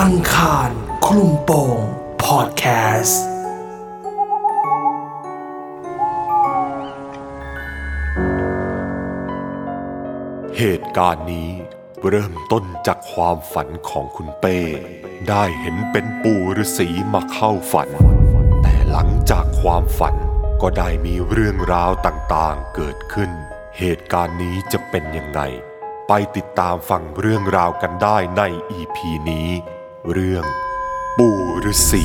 อังคารคลุมโปงพอดแคสต์เหตุการณ์นี้เริ่มต้นจากความฝันของคุณเป้ได้เห็นเป็นปู่ฤาษีมาเข้าฝันแต่หลังจากความฝันก็ได้มีเรื่องราวต่างๆเกิดขึ้นเหตุการณ์นี้จะเป็นยังไงไปติดตามฟังเรื่องราวกันได้ใน EP นี้เรื่องปู่ฤาษี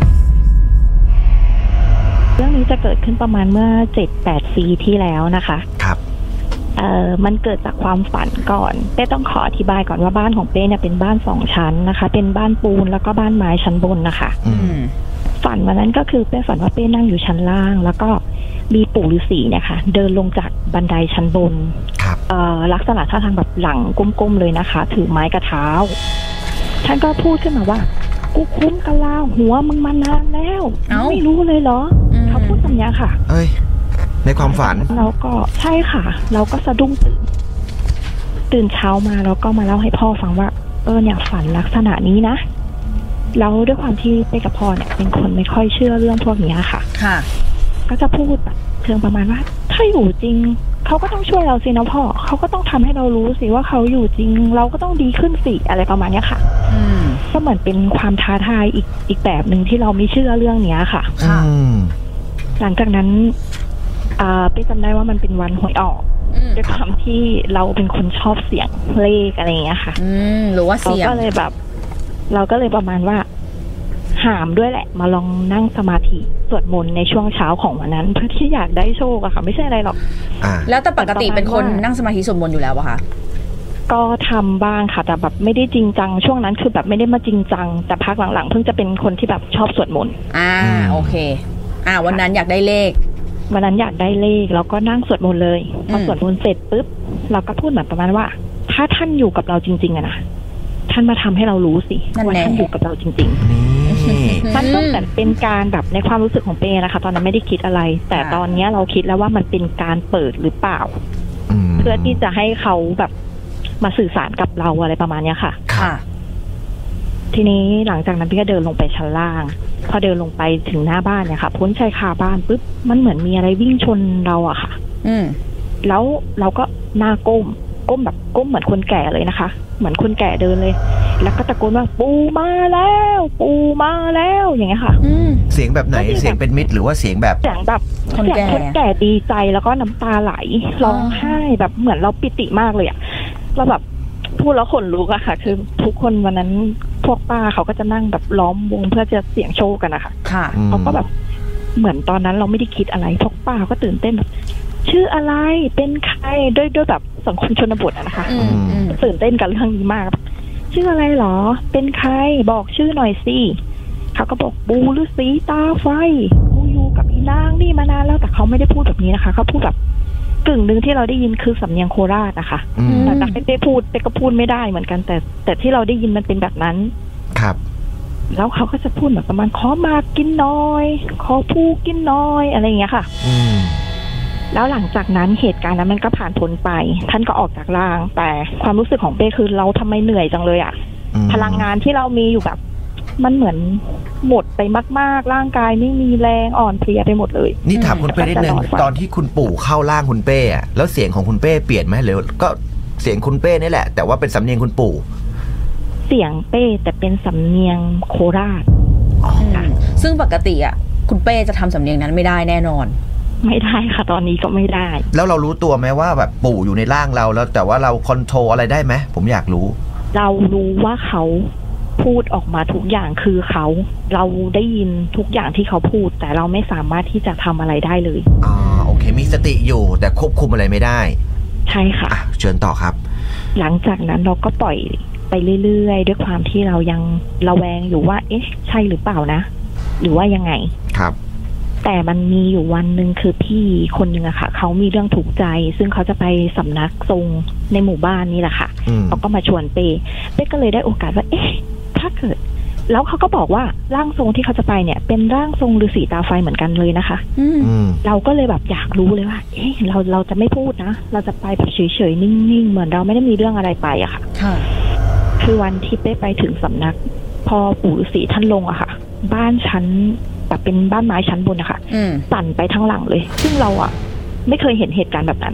เรื่องนี้จะเกิดขึ้นประมาณเมื่อ 7-8 ปีที่แล้วนะคะครับมันเกิดจากความฝันก่อนเป้ต้องขออธิบายก่อนว่าบ้านของเป้เนี่ยเป็นบ้าน2ชั้นนะคะเป็นบ้านปูนแล้วก็บ้านไม้ชั้นบนนะคะฝันวันนั้นก็คือเป้ฝันว่าเป้นั่งอยู่ชั้นล่างแล้วก็มีปู่ฤาษีเนี่ยค่ะเดินลงจากบันไดชั้นบนลักษณะท่าทางแบบหลังก้มๆเลยนะคะถือไม้กระเท้าท่านก็พูดขึ้นมาว่ากูคุ้มกะลาหัวมึงมานานแล้วไม่รู้เลยเหรอเขาพูดแบบนี้ค่ะเอ้ยในความฝันเราก็ใช่ค่ะเราก็สะดุ้งตื่นเช้ามาแล้วก็มาเล่าให้พ่อฟังว่าเนี่ยฝันลักษณะนี้นะแล้วด้วยความที่เป้กับพ่อเนี่ยเป็นคนไม่ค่อยเชื่อเรื่องพวกนี้ค่ะก็จะพูดแบบเชิงประมาณว่าถ้าอยู่จริงเขาก็ต้องช่วยเราสินะพ่อเขาก็ต้องทำให้เรารู้สิว่าเขาอยู่จริงเราก็ต้องดีขึ้นสิอะไรประมาณนี้ค่ะก็เหมือนเป็นความท้าทายอีกแบบหนึ่งที่เราไม่เชื่อเรื่องนี้ค่ะหลังจากนั้นไปจำได้ว่ามันเป็นวันหวยออกด้วยความที่เราเป็นคนชอบเสียงเลขอะไรอย่างเงี้ยค่ะหรือว่าเสียงเราก็เลยประมาณว่าหามด้วยแหละมาลองนั่งสมาธิสวดมนต์ในช่วงเช้าของวันนั้นเพื่อที่อยากได้โชคอะค่ะไม่ใช่อะไรหรอกแล้วแต่ปกติเป็นคนนั่งสมาธิสวดมนต์อยู่แล้วป่ะคะก็ทำบ้างค่ะแต่แบบไม่ได้จริงจังช่วงนั้นคือแบบไม่ได้มาจริงจังแต่พักหลังๆเพิ่งจะเป็นคนที่แบบชอบสวดมนต์โอเควันนั้นอยากได้เลขวันนั้นอยากได้เลขแล้วก็นั่งสวดมนต์เลยพอสวดมนต์เสร็จปุ๊บเราก็พูดเหมือนประมาณว่าถ้าท่านอยู่กับเราจริงๆอะนะท่านมาทำให้เรารู้สิว่าท่านอยู่กับเราจริงๆมันต้องแต่เป็นการแบบในความรู้สึกของเป้นะคะตอนนั้นไม่ได้คิดอะไรแต่ตอนนี้เราคิดแล้วว่ามันเป็นการเปิดหรือเปล่าเพื่อที่จะให้เขาแบบมาสื่อสารกับเราอะไรประมาณนี้ค่ะทีนี้หลังจากนั้นพี่ก็เดินลงไปชั้นล่างพอเดินลงไปถึงหน้าบ้านเนี่ยค่ะพ้นชายคาบ้านปุ๊บมันเหมือนมีอะไรวิ่งชนเราอะค่ะแล้วเราก็หน้าก้มแบบก้มเหมือนคนแก่เลยนะคะเหมือนคนแก่เดินเลยแล้วก็ตะโกนว่าปู่มาแล้วปู่มาแล้วอย่างเงี้ยค่ะเสียงแบบไหนเสียงเป็นมิตรหรือว่าเสียงแบบคนแก่ดีใจแล้วก็น้ำตาไหลร้องไห้แบบเหมือนเราปิติมากเลยอะเราแบบพูดแล้วขนลุกอะค่ะคือทุกคนวันนั้นพวกป้าเขาก็จะนั่งแบบล้อมวงเพื่อจะเสี่ยงโชคกันนะคะเขาก็แบบเหมือนตอนนั้นเราไม่ได้คิดอะไรพวกป้าก็ตื่นเต้นแบบชื่ออะไรเป็นใครด้วยแบบสังคมชนบทอะนะคะตื่นเต้นกันเรื่องนี้มากชื่ออะไรหรอเป็นใครบอกชื่อหน่อยสิเขาก็บอกปู่ฤาษีตาไฟกูอยู่กับอีนางนี่มานานแล้วแต่เขาไม่ได้พูดแบบนี้นะคะเขาพูดแบบกึ่งนึงที่เราได้ยินคือสำเนียงโคราชนะคะแต่ไม่ได้พูดแต่ก็พูดไม่ได้เหมือนกันแต่ที่เราได้ยินมันเป็นแบบนั้นครับแล้วเขาก็จะพูดแบบประมาณขอมากินน้อยขอผู้กินน้อยอะไรอย่างเงี้ยค่ะแล้วหลังจากนั้นเหตุการณ์นั้นมันก็ผ่านพ้นไปท่านก็ออกจากร่างแต่ความรู้สึกของเป้คือเราทำไมเหนื่อยจังเลยอะพลังงานที่เรามีอยู่แบบมันเหมือนหมดไปมากๆร่างกายไม่มีแรงอ่อนเพลียไปหมดเลยนี่ถามคุณเป้นิดนึงตอนที่คุณปู่เข้าร่างคุณเป้อะแล้วเสียงของคุณเป้เปลี่ยนไหมหรือก็เสียงคุณเป้นี่แหละแต่ว่าเป็นสำเนียงคุณปู่เสียงเป้แต่เป็นสำเนียงโคราชซึ่งปกติอ่ะคุณเป้จะทำสำเนียงนั้นไม่ได้แน่นอนไม่ได้ค่ะตอนนี้ก็ไม่ได้แล้วเรารู้ตัวไหมว่าแบบปู่อยู่ในร่างเราแล้วแต่ว่าเราคอนโทรลอะไรได้ไหมผมอยากรู้เรารู้ว่าเขาพูดออกมาทุกอย่างคือเราได้ยินทุกอย่างที่เขาพูดแต่เราไม่สามารถที่จะทำอะไรได้เลยโอเคมีสติอยู่แต่ควบคุมอะไรไม่ได้ใช่ค่ะเชิญต่อครับหลังจากนั้นเราก็ปล่อยไปเรื่อยๆด้วยความที่เรายังระแวงอยู่ว่าเอ๊ะใช่หรือเปล่านะหรือว่ายังไงครับแต่มันมีอยู่วันนึงคือพี่คนนึงอะค่ะเขามีเรื่องถูกใจซึ่งเขาจะไปสำนักทรงในหมู่บ้านนี่แหละค่ะเขาก็มาชวนเป้ก็เลยได้โอกาสว่าเอ๊ะถ้าเกิดแล้วเขาก็บอกว่าร่างทรงที่เขาจะไปเนี่ยเป็นร่างทรงฤาษีตาไฟเหมือนกันเลยนะคะเราก็เลยแบบอยากรู้เลยว่าเอ๊ะเราจะไม่พูดนะเราจะไปแบบเฉยๆนิ่งๆเหมือนเราไม่ได้มีเรื่องอะไรไปอะค่ะคือวันที่เป้ไปถึงสำนักพอปู่ฤาษีท่านลงอะค่ะบ้านชั้นแบบเป็นบ้านไม้ชั้นบนอะค่ะสั่นไปทั้งหลังเลยซึ่งเราอะไม่เคยเห็นเหตุการณ์แบบนั้น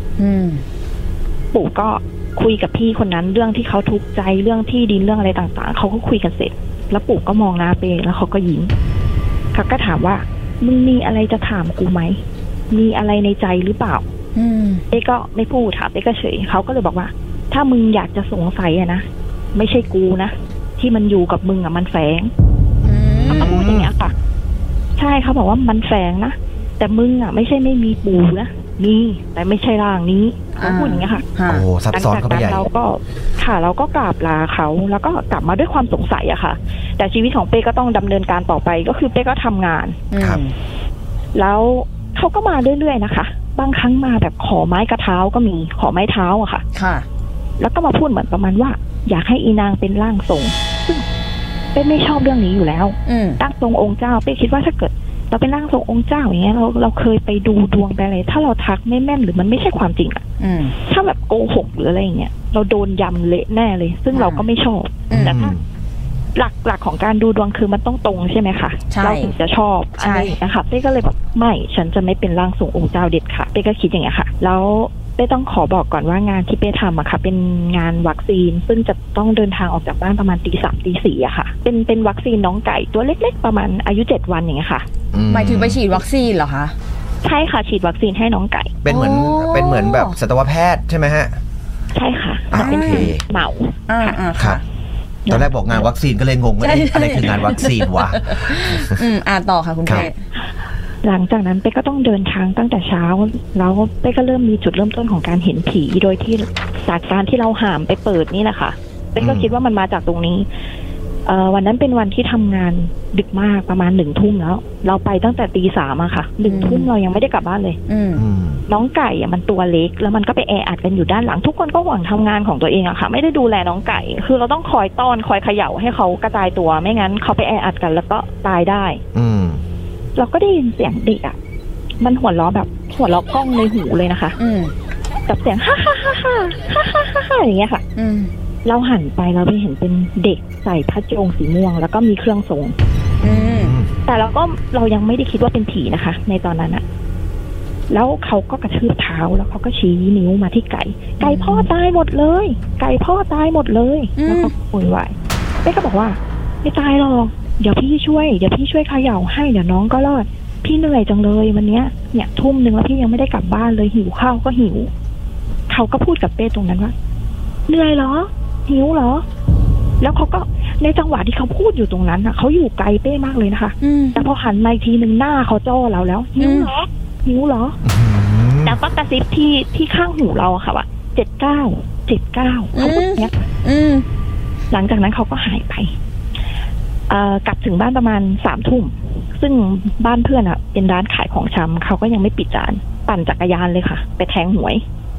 ปู่ก็คุยกับพี่คนนั้นเรื่องที่เขาทุกข์ใจเรื่องที่ดินเรื่องอะไรต่างๆเขาก็คุยกันเสร็จแล้วปู่ก็มองหน้าเป้แล้วเขาก็ยิ้มเขาก็ถามว่ามึงมีอะไรจะถามกูไหมมีอะไรในใจหรือเปล่าเป้ก็ไม่พูดถามเป้ก็เฉยเขาก็เลยบอกว่าถ้ามึงอยากจะสงสัยอะนะไม่ใช่กูนะที่มันอยู่กับมึงอะมันแฝงเขาก็พูดอย่างเงี้ยค่ะใช่เขาบอกว่ามันแฝงนะแต่มึงอะไม่ใช่ไม่มีปู่นะมีแต่ไม่ใช่ร่างนี้เขาพูดอย่างเงี้ยค่ะโอ้ซับซ้อนเข้าไปใหญ่เราก็กราบลาเขาแล้วก็กลับมาด้วยความสงสัยอะค่ะแต่ชีวิตของเป้ก็ต้องดำเนินการต่อไปก็คือเป้ก็ทำงานแล้วเขาก็มาเรื่อยๆนะคะบางครั้งมาแบบขอไม้กระเท้าก็มีขอไม้เท้าอะค่ะแล้วก็มาพูดเหมือนประมาณว่าอยากให้อีนางเป็นร่างทรงซึ่งเป้ไม่ชอบเรื่องนี้อยู่แล้วร่างทรงองค์เจ้าเป้คิดว่าถ้าเกิดเราเป็นร่างทรงองค์เจ้าอย่างเงี้ยเราเคยไปดูดวงไปอะไรถ้าเราทักไม่แม่นหรือมันไม่ใช่ความจริงอะถ้าแบบโกหกหรืออะไรอย่างเงี้ยเราโดนยำเละแน่เลยซึ่งเราก็ไม่ชอบแต่ถ้าหลักของการดูดวงคือมันต้องตรงใช่ไหมคะเราถึงจะชอบอะไรนะคะเป้ก็เลยแบบไม่ฉันจะไม่เป็นร่างทรงองค์เจ้าเด็ดค่ะเป้ก็คิดอย่างเงี้ยค่ะแล้วเป้ต้องขอบอกก่อนว่างานที่เป้ทำอะค่ะเป็นงานวัคซีนซึ่งจะต้องเดินทางออกจากบ้านประมาณ 3:00 ตี 4อะค่ะเป็นวัคซีนน้องไก่ตัวเล็กๆประมาณอายุ7 วันอย่างเงี้ยค่ะหมายถึงไปฉีดวัคซีนเหรอคะใช่ค่ะฉีดวัคซีนให้น้องไก่เป็นเหมือนแบบสัตวแพทย์ใช่ไหมฮะใช่ค่ะเป็นเหมาค่ะตอนแรกบอกงานวัคซีนก็เลยงงว่าอะไรคืองานวัคซีนวะต่อค่ะคุณเป้หลังจากนั้นเป้ก็ต้องเดินทางตั้งแต่เช้าแล้วเป้ก็เริ่มมีจุดเริ่มต้นของการเห็นผีโดยที่จากการที่เราหามไปเปิดนี่แหละค่ะเป้ก็คิดว่ามันมาจากตรงนี้วันนั้นเป็นวันที่ทำงานดึกมากประมาณ1 ทุ่มแล้วเราไปตั้งแต่ตี 3อะค่ะ1 ทุ่มเรายังไม่ได้กลับบ้านเลยน้องไก่อะมันตัวเล็กแล้วมันก็ไปแออัดกันอยู่ด้านหลังทุกคนก็หวังทำงานของตัวเองอะค่ะไม่ได้ดูแลน้องไก่คือเราต้องคอยต้อนคอยเขย่าให้เขากระจายตัวไม่งั้นเขาไปแออัดกันแล้วก็ตายได้เราก็ได้ยินเสียงเด็กอะมันหัวเราะแบบหัวเราะก้องในหูเลยนะคะกับเสียงฮ่าฮ่าฮ่าฮ่าฮ่าฮ่าฮ่าอย่างเงี้ยค่ะเราหันไปเราไปเห็นเป็นเด็กใส่ผ้าโจงสีม่วงแล้วก็มีเครื่องทรงแต่เรายังไม่ได้คิดว่าเป็นผีนะคะในตอนนั้นอะแล้วเขาก็กระทืบเท้าแล้วเขาก็ชี้นิ้วมาที่ไก่พ่อตายหมดเลยไก่พ่อตายหมดเลยแล้วก็โวยวายเป้ก็บอกว่าไม่ตายหรอกเดี๋ยวพี่ช่วยเขย่าให้เดี๋ยวน้องก็รอดพี่เหนื่อยจังเลยวันเนี้ยเนี่ย 1 ทุ่มแล้วพี่ยังไม่ได้กลับบ้านเลยหิวข้าวก็หิวเขาก็พูดกับเป้ตรงนั้นว่าเหนื่อยเหรอหิวเหรอแล้วเขาก็ในจังหวะที่เขาพูดอยู่ตรงนั้นเขาอยู่ไกลเป้มากเลยนะคะแต่พอหันมาอีกทีนึงหน้าเขาจ้อเราแล้วหิวเหรอแล้วก็กระซิบที่ข้างหูเราอะค่ะว่า79เขาพูดเนี้ยหลังจากนั้นเขาก็หายไปกลับถึงบ้านประมาณ3 ทุ่มซึ่งบ้านเพื่อนอะเป็นร้านขายของชำเขาก็ยังไม่ปิดร้านปั่นจักรยานเลยค่ะไปแทงหวย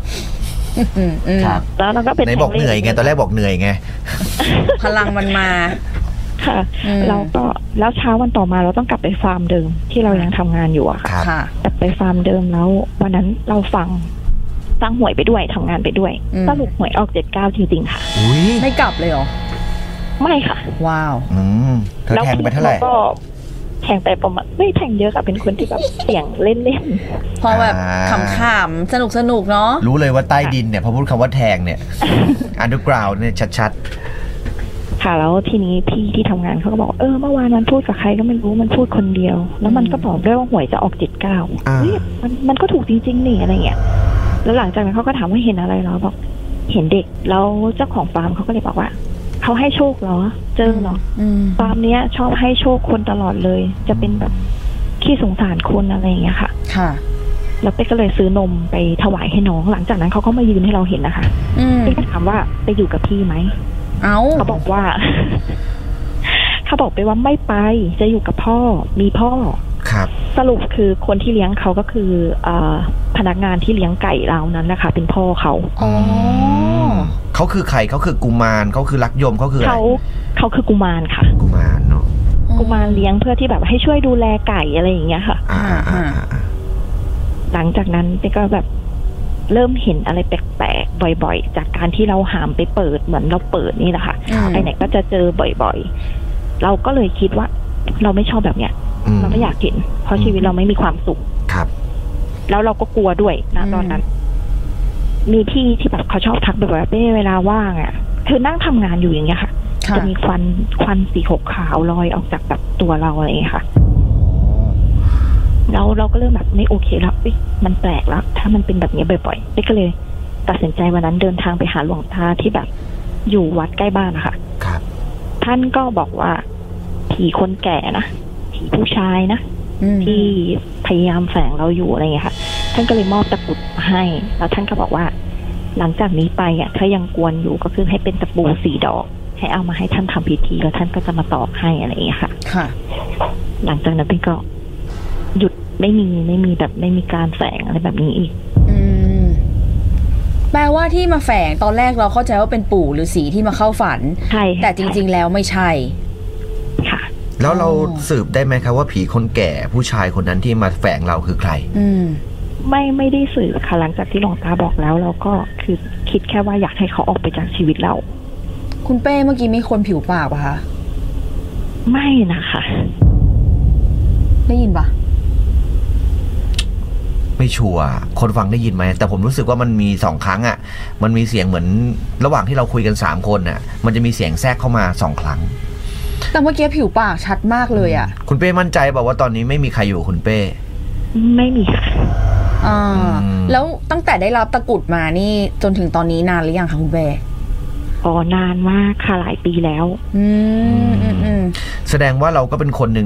แล้วเราก็เป็นไหนบอกเหนื่อยไงตอนแรกบอกเหนื่อยไงพลังมันมาค่ะแล้วเช้าวันต่อมาเราต้องกลับไปฟาร์มเดิมที่เรายังทำงานอยู่อะค่ะกลับไปฟาร์มเดิมแล้ววันนั้นเราฟังหวยไปด้วยทำงานไปด้วยสรุปหวยออก79จริงๆค่ะไม่กลับเลยเหรอไม่ค่ะว้าวเธอแทงไปเท่าไหร่ก็แทงไปประมาณไม่แทงเยอะค่ะเป็นคนที่แบบเสี่ยงเล่นๆพอแบบขำๆสนุกเนาะรู้เลยว่าใต้ดินเนี่ยพอพูดคำว่าแทงเนี่ย underground เนี่ยชัดๆค่ะแล้วทีนี้พี่ที่ทำงานเขาก็บอกเมื่อวานมันพูดกับใครก็ไม่รู้มันพูดคนเดียวแล้วมันก็บอกด้วยว่าหวยจะออก79เฮ้ยมันก็ถูกจริงๆนี่อะไรเงี้ยแล้วหลังจากนั้นเขาก็ถามว่าเห็นอะไรเราบอกเห็นเด็กแล้วเจ้าของฟาร์มเขาก็เลยบอกว่าเขาให้โชคเหรอเจอเหรอฟาร์มเนี้ยชอบให้โชคคนตลอดเลยจะเป็นแบบขี้สงสารคนอะไรอย่างเงี้ยค่ะแล้วเป๊กก็เลยซื้อนมไปถวายให้น้องหลังจากนั้นเขาก็มายืนให้เราเห็นนะคะเป๊กก็ถามว่าไปอยู่กับพี่ไหมเขาบอกว่า เขาบอกไปว่าไม่ไปจะอยู่กับพ่อมีพ่อสรุปคือคนที่เลี้ยงเขาก็คือพนักงานที่เลี้ยงไก่เรานั้นนะคะเป็นพ่อเขาเขาคือใครเขาคือกุมารเขาคือลักยมเขาคืออะไรเขาคือกุมารค่ะกุมารเนาะกุมารเลี้ยงเพื่อที่แบบให้ช่วยดูแลไก่อะไรอย่างเงี้ยค่ะหลังจากนั้นเป๊ก็แบบเริ่มเห็นอะไรแปลกๆบ่อยๆจากการที่เราหามไปเปิดเหมือนเราเปิดนี่แหละค่ะไปไหนก็จะเจอบ่อยๆเราก็เลยคิดว่าเราไม่ชอบแบบเนี้ยเราไม่อยากเห็นเพราะชีวิตเราไม่มีความสุขครับแล้วเราก็กลัวด้วยนะตอนนั้นมีพี่ที่แบบเขาชอบทักแบบเวลาว่างอ่ะเธอนั่งทำงานอยู่อย่างเงี้ยค่ะจะมีควันสีขาวลอยออกจากแบบตัวเราอะไรอย่างเงี้ยค่ะเราก็เริ่มแบบไม่โอเคแล้วมันแปลกแล้วถ้ามันเป็นแบบนี้บ่อยๆก็เลยตัดสินใจวันนั้นเดินทางไปหาหลวงตาที่แบบอยู่วัดใกล้บ้านนะคะครับท่านก็บอกว่าผีคนแก่นะผีผู้ชายนะที่พยายามแฝงเราอยู่อะไรอย่างเงี้ยค่ะท่านก็เลยมอบตะกรุดมาให้แล้วท่านก็บอกว่าหลังจากนี้ไปอ่ะถ้ายังกวนอยู่ก็คือให้เป็นตะปู4 ดอกให้เอามาให้ท่านทำพิธีแล้วท่านก็จะมาตอกให้อะไรอย่างเงี้ยค่ะค่ะหลังจากนั้นเป็นก็หยุดไม่มีแบบไม่มีการแฝงอะไรแบบนี้อีกแปลว่าที่มาแฝงตอนแรกเราเข้าใจว่าเป็นปู่หรือสีที่มาเข้าฝันใช่แต่จริงๆแล้วไม่ใช่ค่ะแล้วเราสืบได้ไหมครับว่าผีคนแก่ผู้ชายคนนั้นที่มาแฝงเราคือใครไม่ได้สืบค่ะหลังจากที่หลวงตาบอกแล้วเราก็คือคิดแค่ว่าอยากให้เขาออกไปจากชีวิตเราคุณเป้เมื่อกี้มีคนผิวปากป่ะคะไม่นะคะได้ยินปะไม่ชัวร์คนฟังได้ยินไหมแต่ผมรู้สึกว่ามันมี2 ครั้งอ่ะมันมีเสียงเหมือนระหว่างที่เราคุยกัน3 คนน่ะมันจะมีเสียงแทรกเข้ามา2 ครั้งแต่เมื่อกี้ผิวปากชัดมากเลยอ่ะคุณเป้มั่นใจบอกว่าตอนนี้ไม่มีใครอยู่คุณเป้ไม่มีค่ะแล้วตั้งแต่ได้รับตะกรุดมานี่จนถึงตอนนี้นานหรือยังคะคุณเป้นานมากค่ะหลายปีแล้วแสดงว่าเราก็เป็นคนหนึ่ง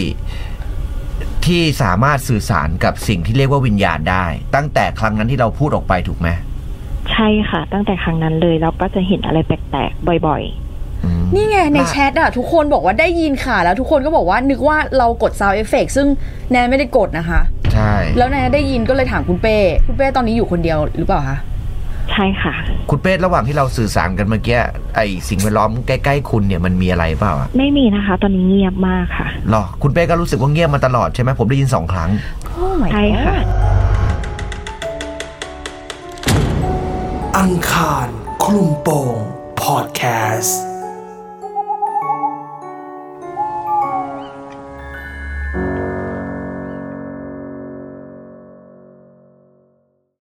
ที่สามารถสื่อสารกับสิ่งที่เรียกว่าวิญญาณได้ตั้งแต่ครั้งนั้นที่เราพูดออกไปถูกไหมใช่ค่ะตั้งแต่ครั้งนั้นเลยเราก็จะเห็นอะไรแปลกๆบ่อยๆนี่ไงในแชทอะทุกคนบอกว่าได้ยินค่ะแล้วทุกคนก็บอกว่านึกว่าเรากด sound effect ซึ่งแนนไม่ได้กดนะคะใช่แล้วแนนได้ยินก็เลยถามคุณเป้ตอนนี้อยู่คนเดียวหรือเปล่าคะใช่ค่ะคุณเป้ระหว่างที่เราสื่อสารกันเมื่อกี้ไอสิ่งแวดล้อมใกล้ๆคุณเนี่ยมันมีอะไรเปล่าอ่ะไม่มีนะคะตอนนี้เงียบมากค่ะหรอคุณเป้ก็รู้สึกว่าเงียบมาตลอดใช่ไหมผมได้ยิน2 ครั้งใช่ค่ะอังคารคลุมโปงพอดแคสต์